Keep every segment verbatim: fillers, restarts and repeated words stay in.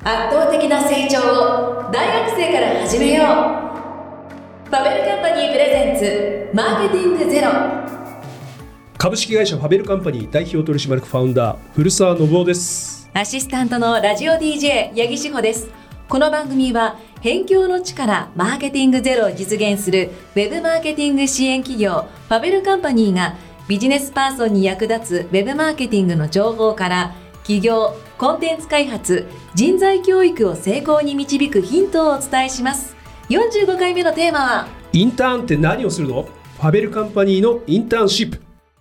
圧倒的な成長を大学生から始めよう。ファベルカンパニープレゼンツマーケティングゼロ。 株式会社ファベルカンパニー代表取締役ファウンダー古澤信夫です。 アシスタントのラジオ ディージェー 八木志保です。この番組は辺境の地からマーケティングゼロを実現するウェブマーケティング支援企業ファベルカンパニーがビジネスパーソンに役立つウェブマーケティングの情報から企業、コンテンツ開発、人材教育を成功に導くヒントをお伝えします。よんじゅうごかいめのテーマはインターンって何をするの？ファベルカンパニーのインターンシップ。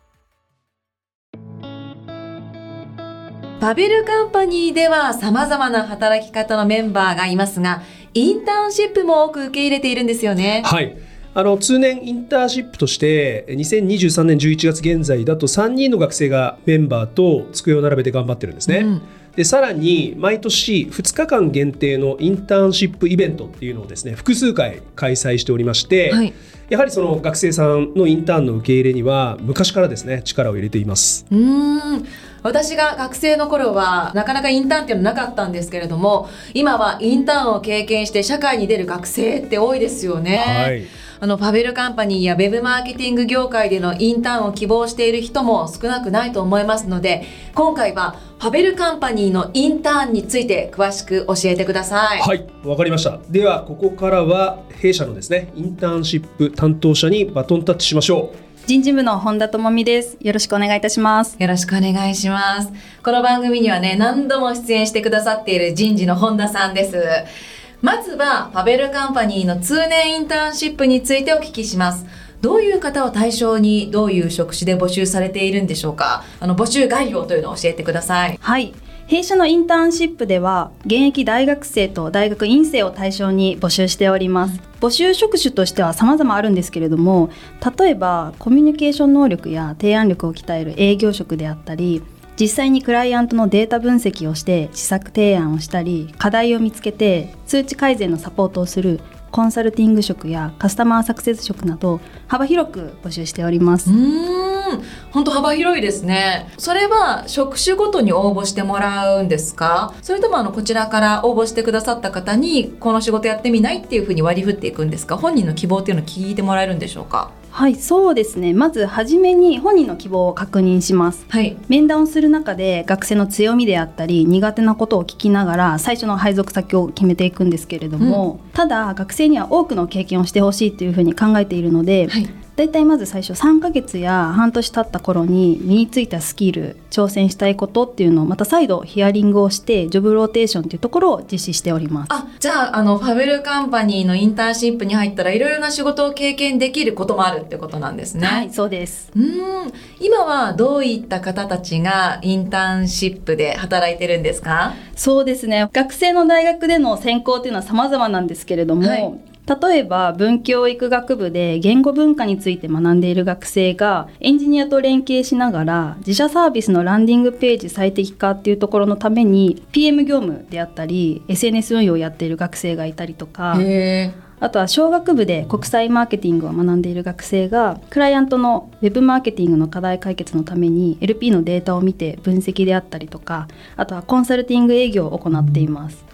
ファベルカンパニーでは様々な働き方のメンバーがいますが、インターンシップも多く受け入れているんですよね。 はい、あの通年インターンシップとしてにせんにじゅうさんねんじゅういちがつ現在だとさんにんの学生がメンバーと机を並べて頑張ってるんですね、うん、でさらに毎年ふつかかん限定のインターンシップイベントっていうのをですね複数回開催しておりまして、はい、やはりその学生さんのインターンの受け入れには昔からですね力を入れています。 うーん私が学生の頃はなかなかインターンっていうのはなかったんですけれども、今はインターンを経験して社会に出る学生って多いですよね、はい、あのファベルカンパニーやウェブマーケティング業界でのインターンを希望している人も少なくないと思いますので、今回はファベルカンパニーのインターンについて詳しく教えてください。 はい、わかりました。ではここからは弊社のですねインターンシップ担当者にバトンタッチしましょう。 人事部の本田智美です。よろしくお願いいたします。 よろしくお願いします。この番組にはね何度も出演してくださっている人事の本田さんです。まずはファベルカンパニーの通年インターンシップについてお聞きします。どういう方を対象にどういう職種で募集されているんでしょうか。あの募集概要というのを教えてください。 はい、弊社のインターンシップでは現役大学生と大学院生を対象に募集しております。募集職種としては様々あるんですけれども、例えばコミュニケーション能力や提案力を鍛える営業職であったり、実際にクライアントのデータ分析をして施策提案をしたり、課題を見つけて通知改善のサポートをするコンサルティング職やカスタマーサクセス職など幅広く募集しております。 うーん、本当幅広いですね。それは職種ごとに応募してもらうんですか？それともあのこちらから応募してくださった方にこの仕事やってみないっていうふうに割り振っていくんですか？本人の希望っていうのを聞いてもらえるんでしょうか？ はい、そうですね。まずはじめに本人の希望を確認します、はい、面談をする中で学生の強みであったり苦手なことを聞きながら最初の配属先を決めていくんですけれども、うん、ただ学生には多くの経験をしてほしいというふうに考えているので、はい、だいたいまず最初さんかげつや半年経った頃に身についたスキル、挑戦したいことっていうのをまた再度ヒアリングをしてジョブローテーションっていうところを実施しております。 あ、じゃあ、あのファベルカンパニーのインターンシップに入ったらいろいろな仕事を経験できることもあるってことなんですね。 はい、そうです。 うーん、今はどういった方たちがインターンシップで働いてるんですか？ そうですね、学生の大学での専攻っていうのは様々なんですけれども、はい、例えば文教育学部で言語文化について学んでいる学生がエンジニアと連携しながら自社サービスのランディングページ最適化っていうところのために ピーエム 業務であったり エスエヌエス 運用をやっている学生がいたりとか、へー、あとは商学部で国際マーケティングを学んでいる学生がクライアントのウェブマーケティングの課題解決のために エルピー のデータを見て分析であったりとか、あとはコンサルティング営業を行っています、うん、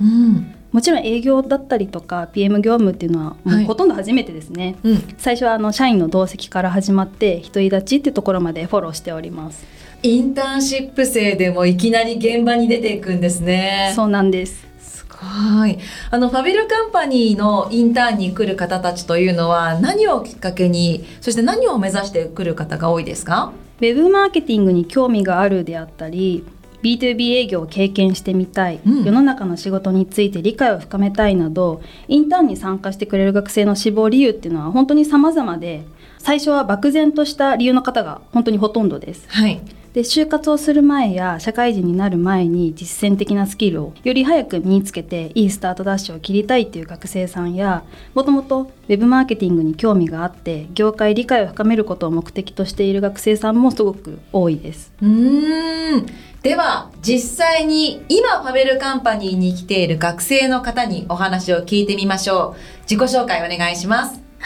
もちろん営業だったりとか ピーエム 業務っていうのはもうほとんど初めてですね、はい、うん、最初はあの社員の同席から始まって独り立ちっていうところまでフォローしております。 インターンシップ生でもいきなり現場に出ていくんですね。 そうなんです。 はい、あのファベルカンパニーのインターンに来る方たちというのは何をきっかけに、そして何を目指して来る方が多いですか？ ウェブマーケティングに興味があるであったり ビーツービー 営業を経験してみたい、うん、世の中の仕事について理解を深めたいなどインターンに参加してくれる学生の志望理由っていうのは本当に様々で、最初は漠然とした理由の方が本当にほとんどです、はい、で就活をする前や社会人になる前に実践的なスキルをより早く身につけていいスタートダッシュを切りたいという学生さんや、もともとウェブマーケティングに興味があって業界理解を深めることを目的としている学生さんもすごく多いです。 うーん、では実際に今ファベルカンパニーに来ている学生の方にお話を聞いてみましょう。自己紹介お願いします。 はい、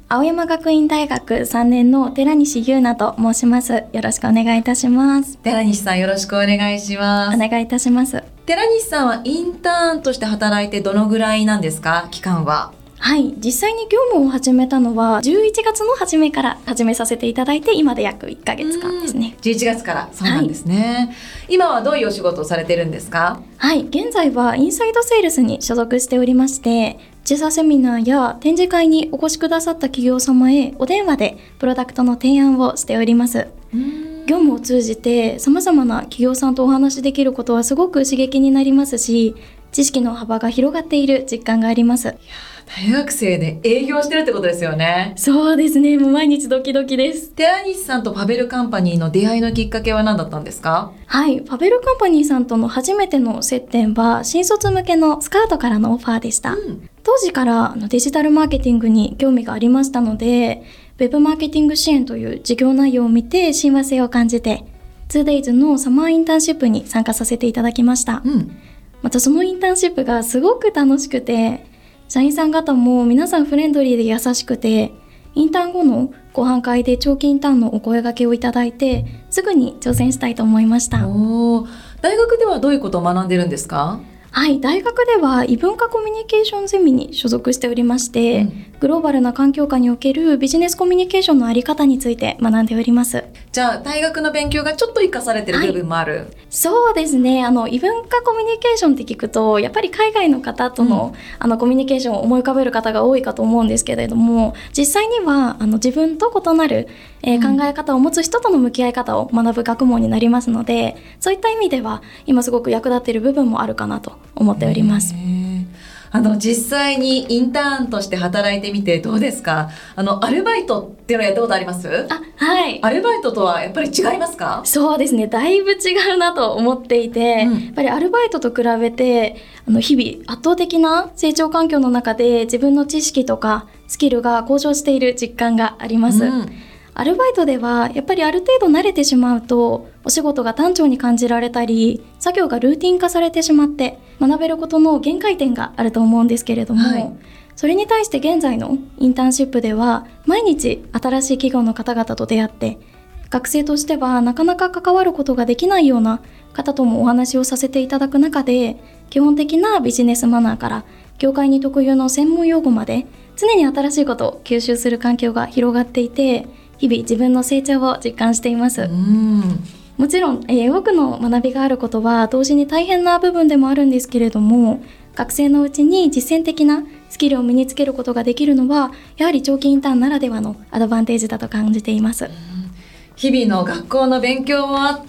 青山学院大学さんねんの寺西優奈と申します。よろしくお願いいたします。 寺西さん、よろしくお願いします。 お願いいたします。 寺西さんはインターンとして働いてどのぐらいなんですか、期間は？ はい、実際に業務を始めたのはじゅういちがつの初めから始めさせていただいて、今で約いっかげつかんですね。 じゅういちがつから。そうなんですね、はい、今はどういうお仕事をされてるんですか？ はい、現在はインサイドセールスに所属しておりまして、時差セミナーや展示会にお越しくださった企業様へお電話でプロダクトの提案をしております。業務を通じて様々な企業さんとお話しできることはすごく刺激になりますし、知識の幅が広がっている実感があります。いや、 大学生で営業してるってことですよね。 そうですね、もう毎日ドキドキです。 寺西さんとファベルカンパニーの出会いのきっかけは何だったんですか？ はい、ファベルカンパニーさんとの初めての接点は新卒向けのスカウトからのオファーでした。うん、当時からデジタルマーケティングに興味がありましたので、ウェブマーケティング支援という事業内容を見て親和性を感じて、ツーデイズ のサマーインターンシップに参加させていただきました。うん、またそのインターンシップがすごく楽しくて、社員さん方も皆さんフレンドリーで優しくて、インターン後のご飯会で長期インターンのお声掛けをいただいて、すぐに挑戦したいと思いました。 おー、大学ではどういうことを学んでるんですか？ はい、大学では異文化コミュニケーションゼミに所属しておりまして、うん、グローバルな環境下におけるビジネスコミュニケーションのあり方について学んでおります。 じゃあ大学の勉強がちょっと活かされてる部分もある？はい、 そうですね。あの異文化コミュニケーションって聞くと、やっぱり海外の方との、うん、あのコミュニケーションを思い浮かべる方が多いかと思うんですけれども、実際にはあの自分と異なる、えー、考え方を持つ人との向き合い方を学ぶ学問になりますので、そういった意味では今すごく役立っている部分もあるかなと思っております。 あの実際にインターンとして働いてみてどうですか？あのアルバイトっていうのやったことあります？ あ、はい。 アルバイトとはやっぱり違いますか？ そうですね、だいぶ違うなと思っていて、うん、やっぱりアルバイトと比べてあの日々圧倒的な成長環境の中で自分の知識とかスキルが向上している実感があります。うん、アルバイトではやっぱりある程度慣れてしまうとお仕事が単調に感じられたり、作業がルーティン化されてしまって学べることの限界点があると思うんですけれども、はい、それに対して現在のインターンシップでは毎日新しい企業の方々と出会って、学生としてはなかなか関わることができないような方ともお話をさせていただく中で、基本的なビジネスマナーから業界に特有の専門用語まで常に新しいことを吸収する環境が広がっていて、日々自分の成長を実感しています。うん、もちろん、えー、多くの学びがあることは同時に大変な部分でもあるんですけれども、学生のうちに実践的なスキルを身につけることができるのはやはり長期インターンならではのアドバンテージだと感じています。うん、 日々の学校の勉強もあって、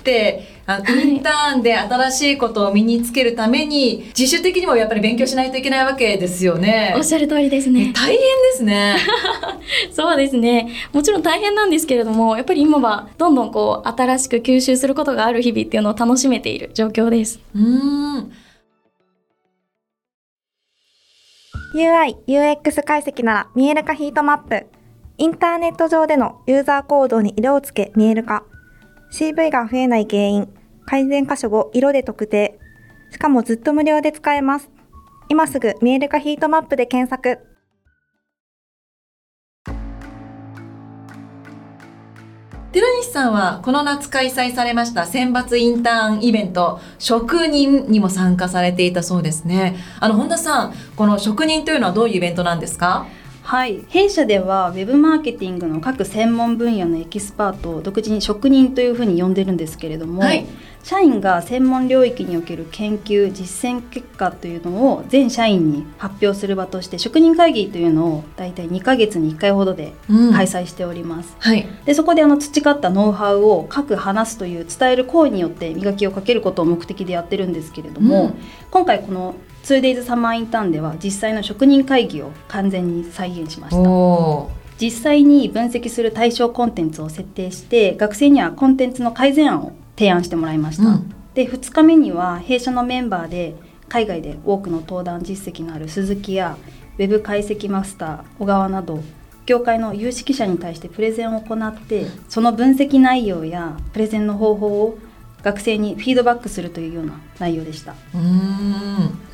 あのインターンで新しいことを身につけるために、はい、自主的にもやっぱり勉強しないといけないわけですよね。 おっしゃる通りですね。 大変ですね。 そうですね。もちろん大変なんですけれども、やっぱり今はどんどんこう新しく吸収することがある日々っていうのを楽しめている状況です。 うーん。 ユーアイ、ユーエックス 解析なら見える化ヒートマップ。インターネット上でのユーザー行動に色をつけ見える化。シーブイ が増えない原因、改善箇所を色で特定。しかもずっと無料で使えます。今すぐ見える化ヒートマップで検索。 寺西さんはこの夏開催されました選抜インターンイベント、職人にも参加されていたそうですね。あの本田さん、この職人というのはどういうイベントなんですか？ はい、弊社ではウェブマーケティングの各専門分野のエキスパートを独自に職人というふうに呼んでるんですけれども、はい、社員が専門領域における研究実践結果というのを全社員に発表する場として、職人会議というのをだいたいにかげつにいっかいほどで開催しております。うん、はい、でそこであの培ったノウハウを各話すという伝える行為によって磨きをかけることを目的でやってるんですけれども、うん、今回このツーデイズ サマーインターンでは実際の職人会議を完全に再現しました。実際に分析する対象コンテンツを設定して、学生にはコンテンツの改善案を提案してもらいました。うん、でふつかめには弊社のメンバーで海外で多くの登壇実績のある鈴木やウェブ解析マスター小川など業界の有識者に対してプレゼンを行って、その分析内容やプレゼンの方法を学生にフィードバックするというような内容でした。 うーん、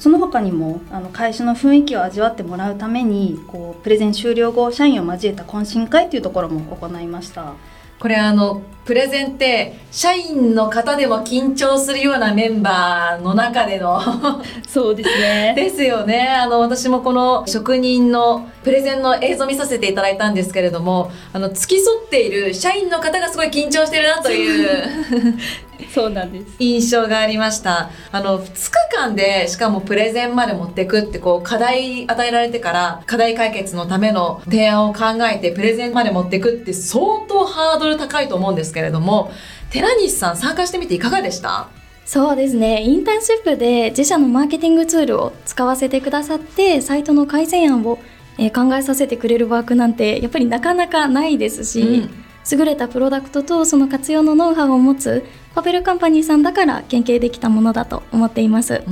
その他にもあの会社の雰囲気を味わってもらうためにこうプレゼン終了後社員を交えた懇親会というところも行いました。 これあのプレゼンって社員の方でも緊張するようなメンバーの中でのそうですねですよね。あの私もこの職人のプレゼンの映像を見させていただいたんですけれども、あの付き添っている社員の方がすごい緊張してるなというそうなんです印象がありました。あのふつかかんでしかもプレゼンまで持っていくってこう課題与えられてから課題解決のための提案を考えてプレゼンまで持っていくって相当ハードル高いと思うんですけれども、寺西さん参加してみていかがでした？ そうですね、インターンシップで自社のマーケティングツールを使わせてくださってサイトの改善案を、えー、考えさせてくれるワークなんてやっぱりなかなかないですし、うん、優れたプロダクトとその活用のノウハウを持つファベルカンパニーさんだから研究できたものだと思っています、うん、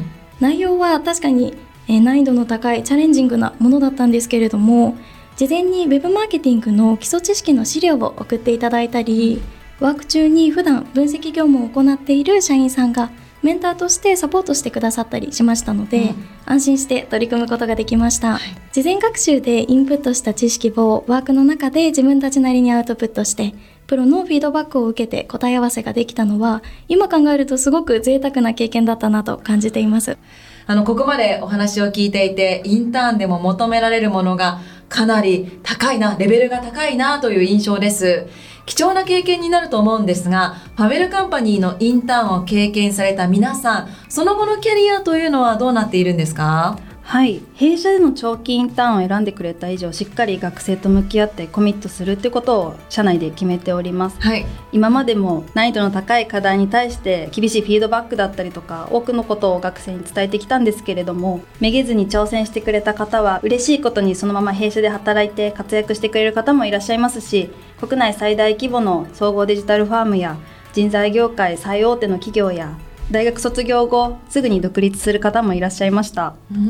内容は確かに、えー、難易度の高いチャレンジングなものだったんですけれども、事前にウェブマーケティングの基礎知識の資料を送っていただいたり、ワーク中に普段分析業務を行っている社員さんがメンターとしてサポートしてくださったりしましたので、うん、安心して取り組むことができました、はい、事前学習でインプットした知識をワークの中で自分たちなりにアウトプットしてプロのフィードバックを受けて答え合わせができたのは今考えるとすごく贅沢な経験だったなと感じています。 あのここまでお話を聞いていて、インターンでも求められるものがかなり高いな、レベルが高いなという印象です。貴重な経験になると思うんですが、ファベルカンパニーのインターンを経験された皆さん、その後のキャリアというのはどうなっているんですか？ はい、弊社での長期インターンを選んでくれた以上、しっかり学生と向き合ってコミットするということを社内で決めております、はい、今までも難易度の高い課題に対して厳しいフィードバックだったりとか多くのことを学生に伝えてきたんですけれども、めげずに挑戦してくれた方は嬉しいことにそのまま弊社で働いて活躍してくれる方もいらっしゃいますし、国内最大規模の総合デジタルファームや人材業界最大手の企業や大学卒業後すぐに独立する方もいらっしゃいました。 うん、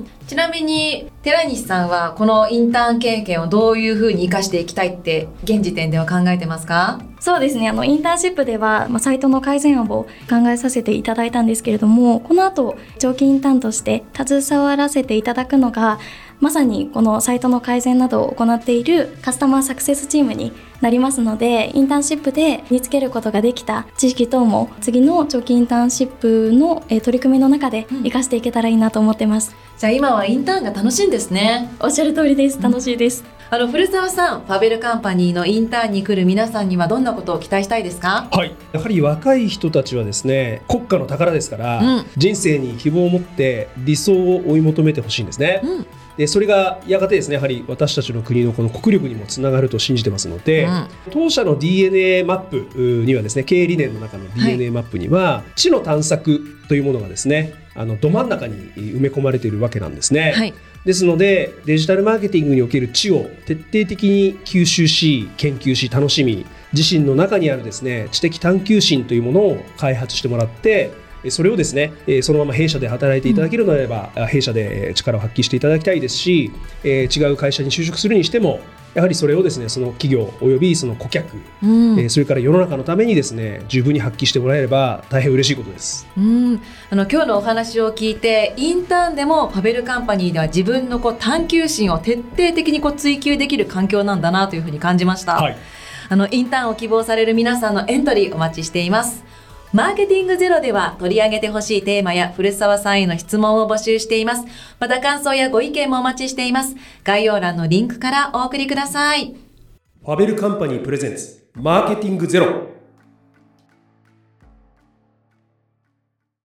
ちなみに寺西さんはこのインターン経験をどういうふうに生かしていきたいって現時点では考えてますか？ そうですね、あのインターンシップでは、まあ、サイトの改善案を考えさせていただいたんですけれども、この後長期インターンとして携わらせていただくのがまさにこのサイトの改善などを行っているカスタマーサクセスチームになりますので、インターンシップで身につけることができた知識等も次の長期インターンシップの取り組みの中で活かしていけたらいいなと思ってます、 うん、じゃあ今はインターンが楽しいんですね。 おっしゃる通りです。楽しいです、 うん、あの古澤さん、ファベルカンパニーのインターンに来る皆さんにはどんなことを期待したいですか？ はい、やはり若い人たちはですね、国家の宝ですから、うん、人生に希望を持って理想を追い求めてほしいんですね、うん、でそれがやがてですね、やはり私たちの国のこの国力にもつながると信じてますので、うん、当社の ディーエヌエー マップにはですね、経営理念の中の ディーエヌエー マップには、はい、知の探索というものがですね、あのど真ん中に埋め込まれているわけなんですね、はい、ですのでデジタルマーケティングにおける知を徹底的に吸収し研究し楽しみ、自身の中にあるですね、知的探求心というものを開発してもらって、それをですね、そのまま弊社で働いていただけるのであれば、うん、弊社で力を発揮していただきたいですし、違う会社に就職するにしてもやはりそれをですね、その企業およびその顧客、うん、それから世の中のためにですね、十分に発揮してもらえれば大変嬉しいことです。 うん、あの今日のお話を聞いて、インターンでもファベルカンパニーでは自分のこう探求心を徹底的にこう追求できる環境なんだなというふうに感じました、はい、あのインターンを希望される皆さんのエントリーお待ちしています。マーケティングゼロでは取り上げてほしいテーマや古澤さんへの質問を募集しています。また感想やご意見もお待ちしています。概要欄のリンクからお送りください。 ファベルカンパニープレゼンツマーケティングゼロ。